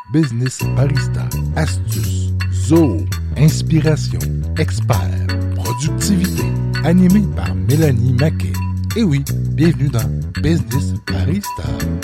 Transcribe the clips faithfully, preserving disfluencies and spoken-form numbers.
Business Barista, astuces, zoo, inspiration, expert, productivité, animé par Mélanie Maquet. Et oui, bienvenue dans Business Barista.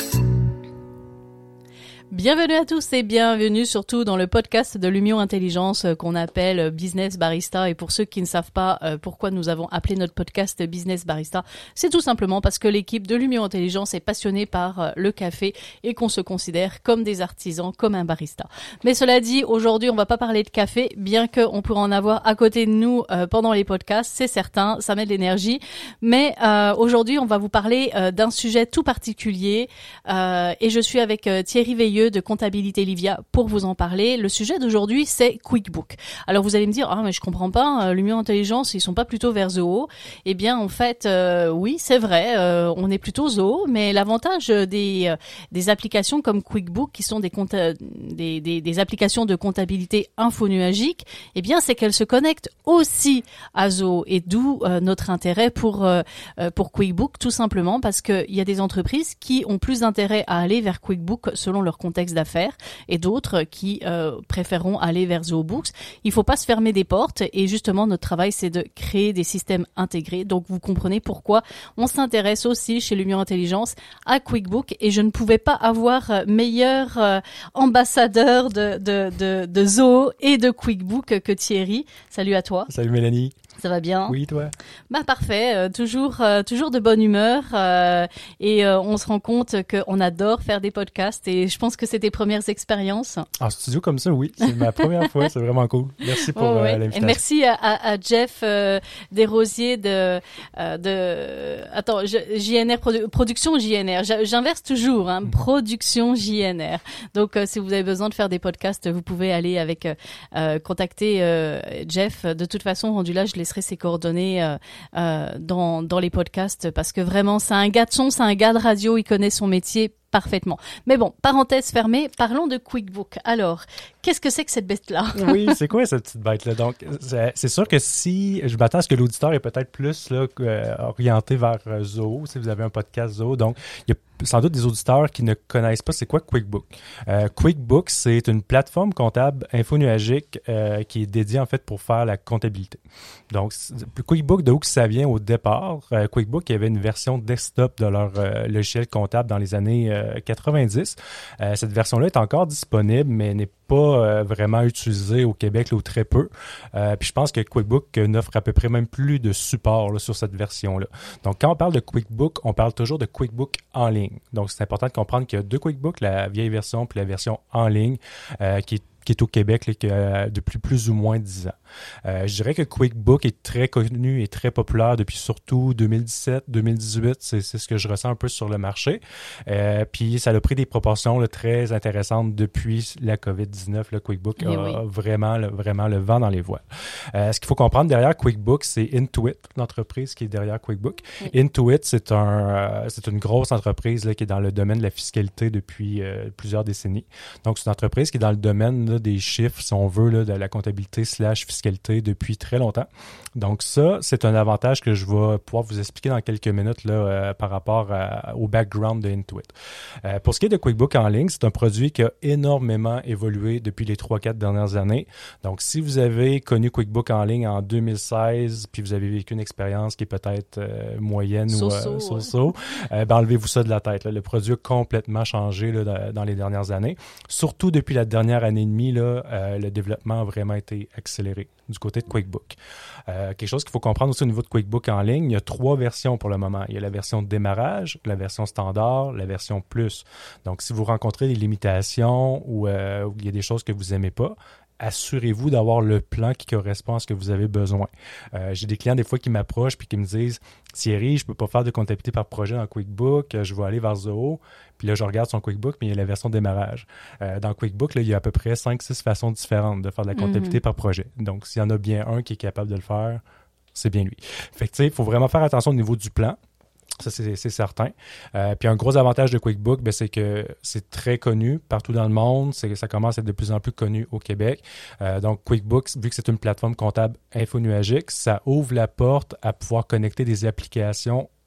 Bienvenue à tous et bienvenue surtout dans le podcast de l'Union Intelligence qu'on appelle Business Barista. Et pour ceux qui ne savent pas euh, pourquoi nous avons appelé notre podcast Business Barista, c'est tout simplement parce que l'équipe de l'Union Intelligence est passionnée par euh, le café et qu'on se considère comme des artisans, comme un barista. Mais cela dit, aujourd'hui, on va pas parler de café, bien qu'on pourra en avoir à côté de nous euh, pendant les podcasts, c'est certain, ça met de l'énergie. Mais euh, aujourd'hui, on va vous parler euh, d'un sujet tout particulier euh, et je suis avec euh, Thierry Veilleux de Comptabilité Livia pour vous en parler. Le sujet d'aujourd'hui, c'est QuickBook. Alors vous allez me dire, ah mais je comprends pas, euh, l'Union Intelligence, ils sont pas plutôt vers Zoho. Eh bien en fait, euh, oui c'est vrai, euh, on est plutôt Zoho, mais l'avantage des euh, des applications comme QuickBook, qui sont des, compta- des, des des applications de comptabilité infonuagique, eh bien c'est qu'elles se connectent aussi à Zoho, et d'où euh, notre intérêt pour euh, pour QuickBook, tout simplement parce que il y a des entreprises qui ont plus d'intérêt à aller vers QuickBook selon leur contexte d'affaires et d'autres qui euh, préféreront aller vers Zoho Books. Il faut pas se fermer des portes et justement notre travail c'est de créer des systèmes intégrés. Donc vous comprenez pourquoi on s'intéresse aussi chez l'Union Intelligence à QuickBook et je ne pouvais pas avoir meilleur euh, ambassadeur de, de, de, de Zoho et de QuickBook que Thierry. Salut à toi. Salut Mélanie. Ça va bien? Oui, toi? Bah parfait, euh, toujours euh, toujours de bonne humeur euh, et euh, on se rend compte qu'on adore faire des podcasts et je pense que c'est tes premières expériences. En studio comme ça, oui, c'est ma première fois, c'est vraiment cool. Merci pour oh, ouais. euh, l'invitation. Et merci à, à, à Jeff euh, Desrosiers de euh, de attends je, J N R Produ- Production J N R. J'inverse toujours, hein, mm. Production J N R. Donc euh, si vous avez besoin de faire des podcasts, vous pouvez aller avec euh, contacter euh, Jeff. De toute façon, rendu là, je laisserai ses coordonnées euh, euh, dans dans les podcasts parce que vraiment c'est un gars de son, c'est un gars de radio, il connaît son métier parfaitement. Mais bon, parenthèse fermée, parlons de QuickBook. Alors, qu'est-ce que c'est que cette bête-là? Oui, c'est quoi cette petite bête-là? Donc, c'est, c'est sûr que si, je m'attends à ce que l'auditeur est peut-être plus là, euh, orienté vers euh, Zoho, si vous avez un podcast Zoho. Donc, il y a sans doute des auditeurs qui ne connaissent pas c'est quoi QuickBook. Euh, QuickBook, c'est une plateforme comptable infonuagique euh, qui est dédiée en fait pour faire la comptabilité. Donc, QuickBook, de où que ça vient au départ? Euh, QuickBook, il y avait une version desktop de leur euh, logiciel comptable dans les années euh, quatre-vingt-dix. Euh, cette version-là est encore disponible, mais n'est pas euh, vraiment utilisée au Québec, là, ou très peu. Euh, puis je pense que QuickBook n'offre à peu près même plus de support là, sur cette version-là. Donc, quand on parle de QuickBook, on parle toujours de QuickBook en ligne. Donc, c'est important de comprendre qu'il y a deux QuickBooks, la vieille version puis la version en ligne, euh, qui est qui est au Québec là, qui, euh, depuis plus ou moins dix ans. Euh, je dirais que QuickBook est très connu et très populaire depuis surtout deux mille dix-sept deux mille dix-huit. C'est, c'est ce que je ressens un peu sur le marché. Euh, puis ça a pris des proportions là, très intéressantes depuis la covid dix-neuf. Là, QuickBook Et a oui. vraiment, là, vraiment le vent dans les voiles. Euh, ce qu'il faut comprendre derrière QuickBook, c'est Intuit, l'entreprise qui est derrière QuickBook. Oui. Intuit, c'est, un, euh, c'est une grosse entreprise là, qui est dans le domaine de la fiscalité depuis euh, plusieurs décennies. Donc, c'est une entreprise qui est dans le domaine là, des chiffres, si on veut, là, de la comptabilité slash fiscalité depuis très longtemps. Donc ça, c'est un avantage que je vais pouvoir vous expliquer dans quelques minutes là, euh, par rapport à, au background de Intuit. Euh, pour ce qui est de QuickBook en ligne, c'est un produit qui a énormément évolué depuis les trois quatre dernières années. Donc si vous avez connu QuickBook en ligne en deux mille seize, puis vous avez vécu une expérience qui est peut-être euh, moyenne so, ou so, euh, so-so, euh, ben enlevez-vous ça de la tête. Là. Le produit a complètement changé là, dans, dans les dernières années. Surtout depuis la dernière année et demie, là, euh, le développement a vraiment été accéléré du côté de QuickBook. Euh, quelque chose qu'il faut comprendre aussi au niveau de QuickBook en ligne, il y a trois versions pour le moment. Il y a la version de démarrage, la version standard, la version plus. Donc, si vous rencontrez des limitations ou euh, il y a des choses que vous n'aimez pas, assurez-vous d'avoir le plan qui correspond à ce que vous avez besoin. Euh, j'ai des clients des fois qui m'approchent puis qui me disent « Thierry, je peux pas faire de comptabilité par projet dans QuickBook, je vais aller vers Zoho. » Puis là, je regarde son QuickBook, mais il y a la version démarrage. Euh, dans QuickBook, là, il y a à peu près cinq six façons différentes de faire de la comptabilité mm-hmm. par projet. Donc, s'il y en a bien un qui est capable de le faire, c'est bien lui. Fait que tu sais, il faut vraiment faire attention au niveau du plan. Ça, c'est, c'est certain. Euh, puis un gros avantage de QuickBook, ben, c'est que c'est très connu partout dans le monde. C'est que ça commence à être de plus en plus connu au Québec. Euh, donc, QuickBooks, vu que c'est une plateforme comptable infonuagique, ça ouvre la porte à pouvoir connecter des applications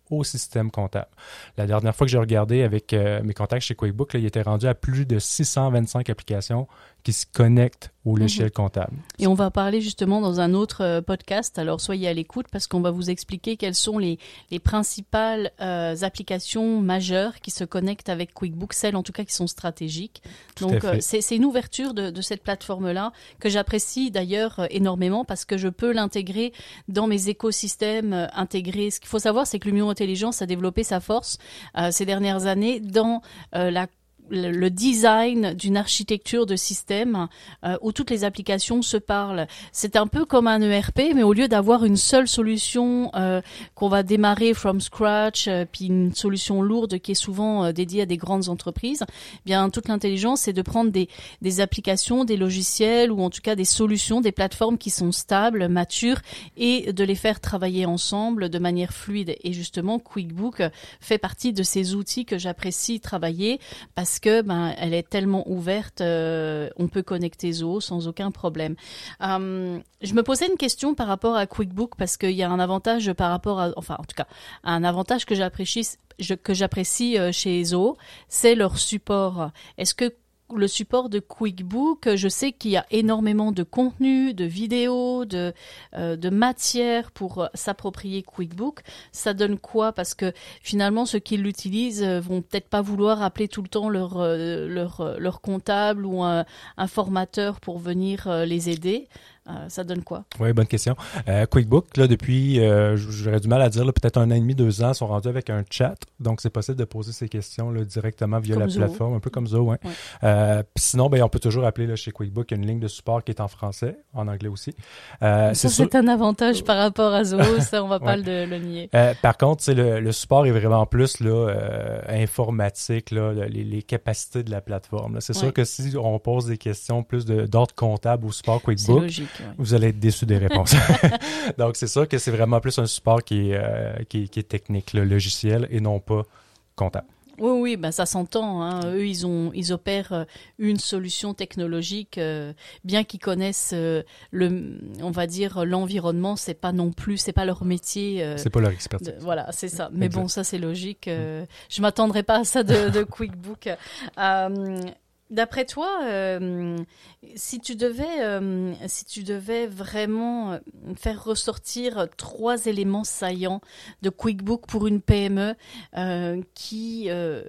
au système comptable. La dernière fois que j'ai regardé avec euh, mes contacts chez QuickBooks, là, il était rendu à plus de six cent vingt-cinq applications qui se connectent au logiciel mmh. comptable. Et on va parler justement dans un autre euh, podcast, alors soyez à l'écoute parce qu'on va vous expliquer quelles sont les, les principales euh, applications majeures qui se connectent avec QuickBooks, celles en tout cas qui sont stratégiques. Tout Donc euh, c'est, c'est une ouverture de, de cette plateforme-là que j'apprécie d'ailleurs euh, énormément parce que je peux l'intégrer dans mes écosystèmes euh, intégrés. Ce qu'il faut savoir, c'est que l'Union Intelligence a développé sa force euh, ces dernières années dans euh, la le design d'une architecture de système euh, où toutes les applications se parlent. C'est un peu comme un E R P, mais au lieu d'avoir une seule solution euh, qu'on va démarrer from scratch, euh, puis une solution lourde qui est souvent euh, dédiée à des grandes entreprises, eh bien toute l'intelligence, c'est de prendre des, des applications, des logiciels ou en tout cas des solutions, des plateformes qui sont stables, matures et de les faire travailler ensemble de manière fluide. Et justement, QuickBooks fait partie de ces outils que j'apprécie travailler parce que ben elle est tellement ouverte, euh, on peut connecter Zoho sans aucun problème. Euh, je me posais une question par rapport à QuickBooks parce qu'il y a un avantage par rapport à, enfin en tout cas, un avantage que j'apprécie, je, que j'apprécie chez Zoho, c'est leur support. Est-ce que le support de QuickBooks, je sais qu'il y a énormément de contenu, de vidéos, de, euh, de matière pour euh, s'approprier QuickBooks. Ça donne quoi? Parce que finalement, ceux qui l'utilisent euh, vont peut-être pas vouloir appeler tout le temps leur, euh, leur, euh, leur comptable ou un, un formateur pour venir euh, les aider. Euh, ça donne quoi? Oui, bonne question. Euh, QuickBooks, là, depuis, euh, j'aurais du mal à dire, là, peut-être un an et demi, deux ans, sont rendus avec un chat. Donc, c'est possible de poser ces questions là, directement via comme la Zoho. plateforme, un peu comme Zoho. Hein. Ouais. Euh, puis sinon, ben, on peut toujours appeler là, chez QuickBooks, il y a une ligne de support qui est en français, en anglais aussi. Euh, ça, c'est, c'est sûr... un avantage par rapport à Zoho, ça, on va pas ouais. le, le nier. Euh, par contre, le, le support est vraiment plus là, euh, informatique, là, les, les capacités de la plateforme. Là. C'est ouais. sûr que si on pose des questions plus de, d'ordre comptable au support QuickBooks, c'est logique, ouais. vous allez être déçus des réponses. Donc, c'est sûr que c'est vraiment plus un support qui est, euh, qui, qui est technique, le logiciel, et non pas comptable. Oui, oui, ben ça s'entend. Hein. Eux, ils ont, ils opèrent une solution technologique, euh, bien qu'ils connaissent euh, le, on va dire l'environnement, c'est pas non plus, c'est pas leur métier. Euh, c'est pas leur expertise. De, voilà, c'est ça. Mais exact. Bon, ça c'est logique. Euh, je m'attendrais pas à ça de, de QuickBooks. Euh, D'après toi, euh, si tu devais, euh, si tu devais vraiment faire ressortir trois éléments saillants de QuickBooks pour une P M E euh, qui, euh,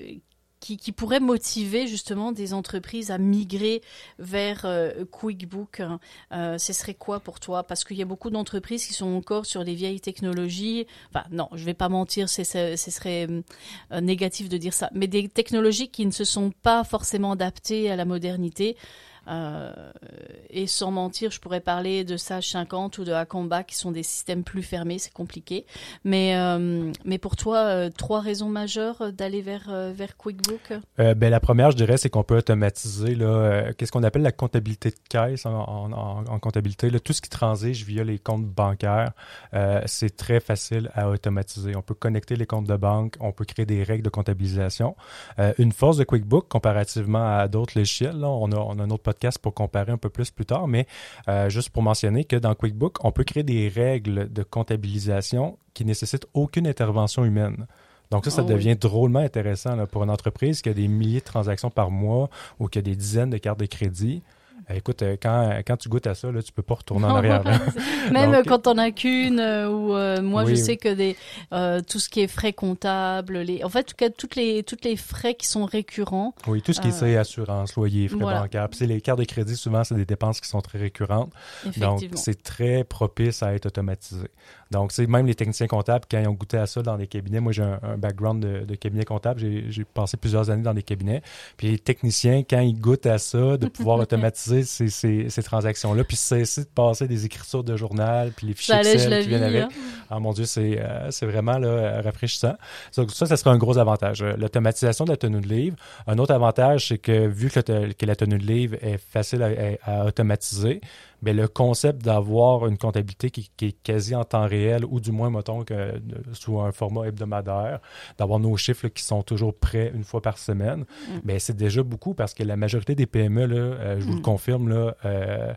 qui qui pourraient motiver justement des entreprises à migrer vers euh, QuickBooks, euh, ce serait quoi pour toi? Parce qu'il y a beaucoup d'entreprises qui sont encore sur les vieilles technologies. Enfin, non, je vais pas mentir, c'est, c'est, ce serait euh, négatif de dire ça. Mais des technologies qui ne se sont pas forcément adaptées à la modernité. Euh, et sans mentir, je pourrais parler de Sage cinquante ou de Acomba qui sont des systèmes plus fermés, c'est compliqué. Mais, euh, mais pour toi, euh, trois raisons majeures d'aller vers, euh, vers QuickBooks? Euh, ben, la première, je dirais, c'est qu'on peut automatiser là, euh, qu'est-ce qu'on appelle la comptabilité de caisse en, en, en, en comptabilité. Là, tout ce qui transige via les comptes bancaires, euh, c'est très facile à automatiser. On peut connecter les comptes de banque, on peut créer des règles de comptabilisation. Euh, une force de QuickBooks, comparativement à d'autres logiciels, là, on a, on a un autre podcast pour comparer un peu plus plus tard, mais euh, juste pour mentionner que dans QuickBooks, on peut créer des règles de comptabilisation qui nécessitent aucune intervention humaine. Donc ça, ça oh devient oui. drôlement intéressant là, pour une entreprise qui a des milliers de transactions par mois ou qui a des dizaines de cartes de crédit. Écoute, quand, quand tu goûtes à ça, là, tu peux pas retourner en arrière. Là. Même Donc, quand on n'a qu'une, euh, ou euh, moi oui, je sais oui. que des, euh, tout ce qui est frais comptables, les, en fait, en tout cas, toutes les, toutes les frais qui sont récurrents. Oui, tout ce qui euh, est c'est assurance, loyer, frais voilà. bancaires. Puis les cartes de crédit, souvent, c'est des dépenses qui sont très récurrentes. Donc, c'est très propice à être automatisé. Donc, c'est même les techniciens comptables, quand ils ont goûté à ça dans des cabinets, moi j'ai un, un background de, de cabinet comptable, j'ai, j'ai passé plusieurs années dans des cabinets, puis les techniciens, quand ils goûtent à ça, de pouvoir automatiser ces, ces, ces transactions-là, puis cesser de passer des écritures de journal, puis les fichiers Excel qui viennent avec. Hein? Ah mon Dieu, c'est, euh, c'est vraiment là, rafraîchissant. Donc ça, ça serait un gros avantage. L'automatisation de la tenue de livre. Un autre avantage, c'est que vu que, que la tenue de livre est facile à, à, à automatiser, mais le concept d'avoir une comptabilité qui, qui est quasi en temps réel, ou du moins, mettons, que, sous un format hebdomadaire, d'avoir nos chiffres là, qui sont toujours prêts une fois par semaine, mm. bien, c'est déjà beaucoup parce que la majorité des P M E, là, euh, je vous mm. le confirme, là, euh,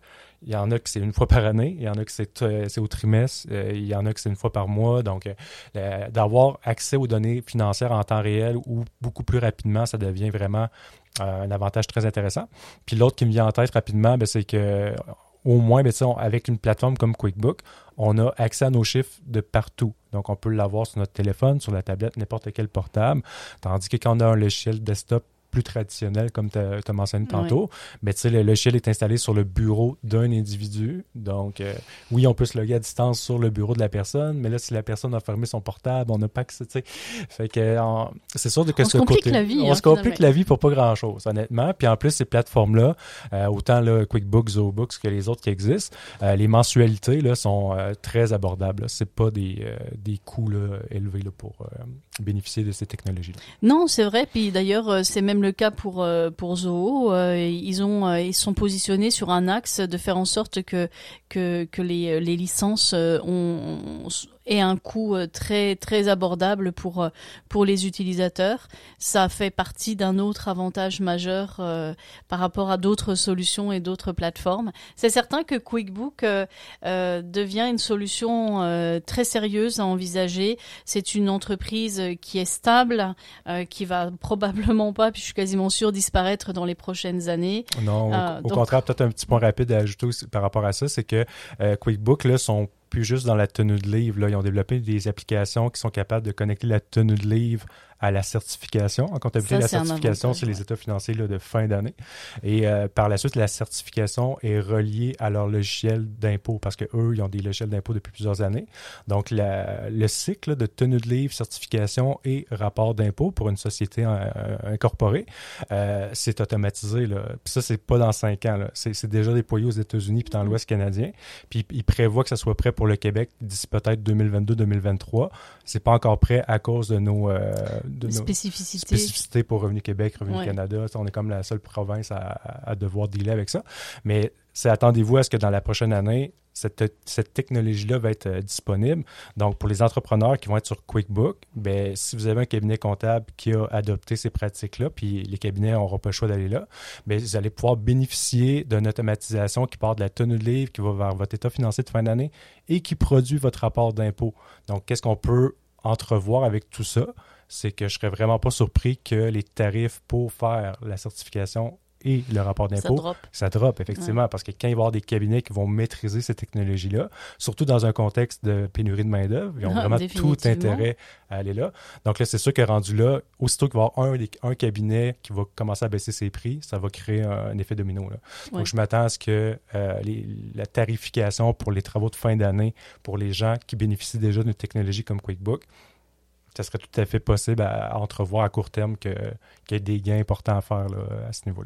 il y en a que c'est une fois par année, il y en a que c'est, euh, c'est au trimestre, euh, il y en a que c'est une fois par mois. Donc, euh, d'avoir accès aux données financières en temps réel ou beaucoup plus rapidement, ça devient vraiment euh, un avantage très intéressant. Puis l'autre qui me vient en tête rapidement, ben, c'est que au moins, ben, on, avec une plateforme comme QuickBook, on a accès à nos chiffres de partout. Donc, on peut l'avoir sur notre téléphone, sur la tablette, n'importe quel portable. Tandis que quand on a un logiciel desktop plus traditionnel, comme tu as mentionné tantôt, oui. Mais tu sais, le logiciel est installé sur le bureau d'un individu. Donc, euh, oui, on peut se loguer à distance sur le bureau de la personne, mais là, si la personne a fermé son portable, on n'a pas accès, tu sais. Fait que on, c'est sûr que on ce se complique côté, la vie. On hein, se complique finalement. la vie pour pas grand-chose, honnêtement. Puis en plus, ces plateformes-là, euh, autant là, QuickBooks, ZoBooks que les autres qui existent, euh, les mensualités là, sont euh, très abordables. Là. C'est pas des, euh, des coûts là, élevés là, pour euh, bénéficier de ces technologies-là. Non, c'est vrai. Puis d'ailleurs, c'est même le cas pour euh, pour Zoho. Euh, ils ont euh, ils sont positionnés sur un axe de faire en sorte que que que les les licences euh, ont, ont et un coût très très abordable pour pour les utilisateurs. Ça fait partie d'un autre avantage majeur euh, par rapport à d'autres solutions et d'autres plateformes. C'est certain que QuickBook euh, euh, devient une solution euh, très sérieuse à envisager. C'est une entreprise qui est stable, euh, qui va probablement pas, puis je suis quasiment sûre, disparaître dans les prochaines années. Non, au, euh, au donc... contraire, peut-être un petit point rapide à ajouter aussi par rapport à ça, c'est que euh, QuickBook là sont plus juste dans la tenue de livre. Là. Ils ont développé des applications qui sont capables de connecter la tenue de livre à la certification. En comptabilité, ça, la certification, avantage, c'est ouais. les états financiers là, de fin d'année. Et euh, par la suite, la certification est reliée à leur logiciel d'impôt parce qu'eux, ils ont des logiciels d'impôt depuis plusieurs années. Donc, la, le cycle là, de tenue de livre, certification et rapport d'impôt pour une société euh, incorporée, euh, c'est automatisé. Là. Puis ça, c'est pas dans cinq ans. Là. C'est, c'est déjà déployé aux États-Unis puis dans l'Ouest canadien. Puis ils prévoient que ça soit prêt pour le Québec d'ici peut-être deux mille vingt-deux deux mille vingt-trois. C'est pas encore prêt à cause de nos... Euh, de nos spécificités. spécificités pour Revenu Québec, Revenu ouais. Canada. On est comme la seule province à, à, à devoir dealer avec ça. Mais c'est, attendez-vous à ce que dans la prochaine année, cette, cette technologie-là va être euh, disponible. Donc, pour les entrepreneurs qui vont être sur QuickBook, ben, si vous avez un cabinet comptable qui a adopté ces pratiques-là, puis les cabinets n'auront pas le choix d'aller là, ben, vous allez pouvoir bénéficier d'une automatisation qui part de la tenue de livre, qui va vers votre état financier de fin d'année et qui produit votre rapport d'impôt. Donc, qu'est-ce qu'on peut entrevoir avec tout ça? C'est que je serais vraiment pas surpris que les tarifs pour faire la certification et le rapport d'impôt, ça drop, ça drop effectivement, ouais. Parce que quand il va y avoir des cabinets qui vont maîtriser ces technologies-là, surtout dans un contexte de pénurie de main-d'œuvre, ils ont ah, vraiment tout intérêt à aller là. Donc là, c'est sûr que rendu là, aussitôt qu'il va y avoir un, un cabinet qui va commencer à baisser ses prix, ça va créer un, un effet domino. Là. Donc, ouais. je m'attends à ce que euh, les, la tarification pour les travaux de fin d'année, pour les gens qui bénéficient déjà d'une technologie comme QuickBook, ça serait tout à fait possible à, à entrevoir à court terme que, qu'il y ait des gains importants à faire là, à ce niveau-là.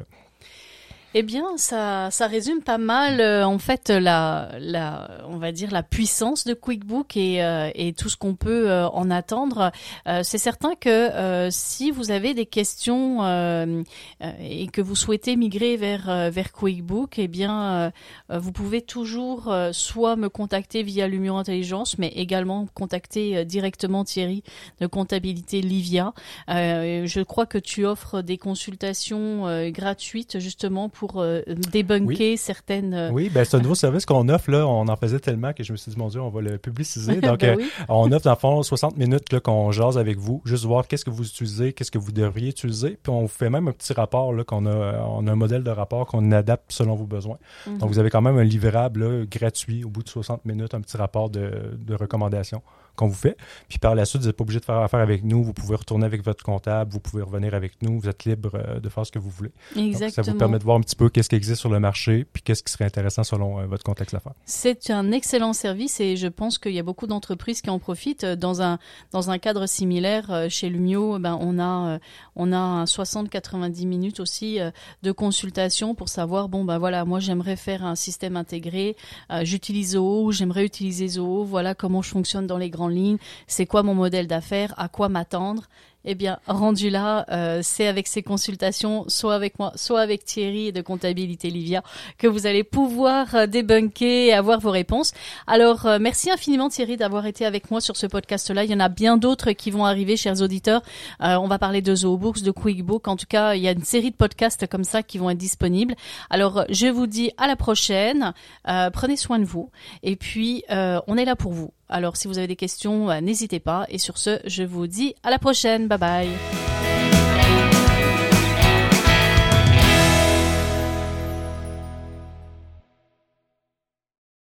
Eh bien, ça, ça résume pas mal, euh, en fait, la, la, on va dire la puissance de QuickBook et, euh, et tout ce qu'on peut euh, en attendre. Euh, c'est certain que euh, si vous avez des questions euh, euh, et que vous souhaitez migrer vers euh, vers QuickBook, eh bien, euh, vous pouvez toujours euh, soit me contacter via Lumio Intelligence, mais également contacter euh, directement Thierry de Comptabilité Livia. Euh, je crois que tu offres des consultations euh, gratuites justement pour pour euh, débunker oui. certaines... Euh... Oui, ben c'est un nouveau service qu'on offre, là. On en faisait tellement que je me suis dit, mon Dieu, on va le publiciser. Donc, ben oui. euh, on offre, dans le fond, soixante minutes là, qu'on jase avec vous, juste voir qu'est-ce que vous utilisez, qu'est-ce que vous devriez utiliser. Puis, on vous fait même un petit rapport, là, qu'on a, on a un modèle de rapport qu'on adapte selon vos besoins. Mm-hmm. Donc, vous avez quand même un livrable là, gratuit au bout de soixante minutes, un petit rapport de, de recommandations qu'on vous fait. Puis par la suite, vous n'êtes pas obligé de faire affaire avec nous. Vous pouvez retourner avec votre comptable. Vous pouvez revenir avec nous. Vous êtes libre euh, de faire ce que vous voulez. Exactement. Donc, ça vous permet de voir un petit peu qu'est-ce qui existe sur le marché puis qu'est-ce qui serait intéressant selon euh, votre contexte d'affaires. C'est un excellent service et je pense qu'il y a beaucoup d'entreprises qui en profitent. Dans un, dans un cadre similaire, chez Lumio, ben, on a, on a soixante à quatre-vingt-dix minutes aussi de consultation pour savoir, bon, ben voilà, moi j'aimerais faire un système intégré. Euh, j'utilise Zoho, j'aimerais utiliser Zoho. Voilà comment je fonctionne dans les grandes lignes, c'est quoi mon modèle d'affaires, à quoi m'attendre, Eh bien, rendu là, euh, c'est avec ces consultations, soit avec moi, soit avec Thierry de Comptabilité Livia, que vous allez pouvoir euh, débunker et avoir vos réponses. Alors, euh, merci infiniment Thierry d'avoir été avec moi sur ce podcast-là. Il y en a bien d'autres qui vont arriver, chers auditeurs. Euh, on va parler de ZooBooks, de QuickBook. En tout cas, il y a une série de podcasts comme ça qui vont être disponibles. Alors, je vous dis à la prochaine. Euh, prenez soin de vous. Et puis, euh, on est là pour vous. Alors, si vous avez des questions, euh, n'hésitez pas. Et sur ce, je vous dis à la prochaine. Bye bye.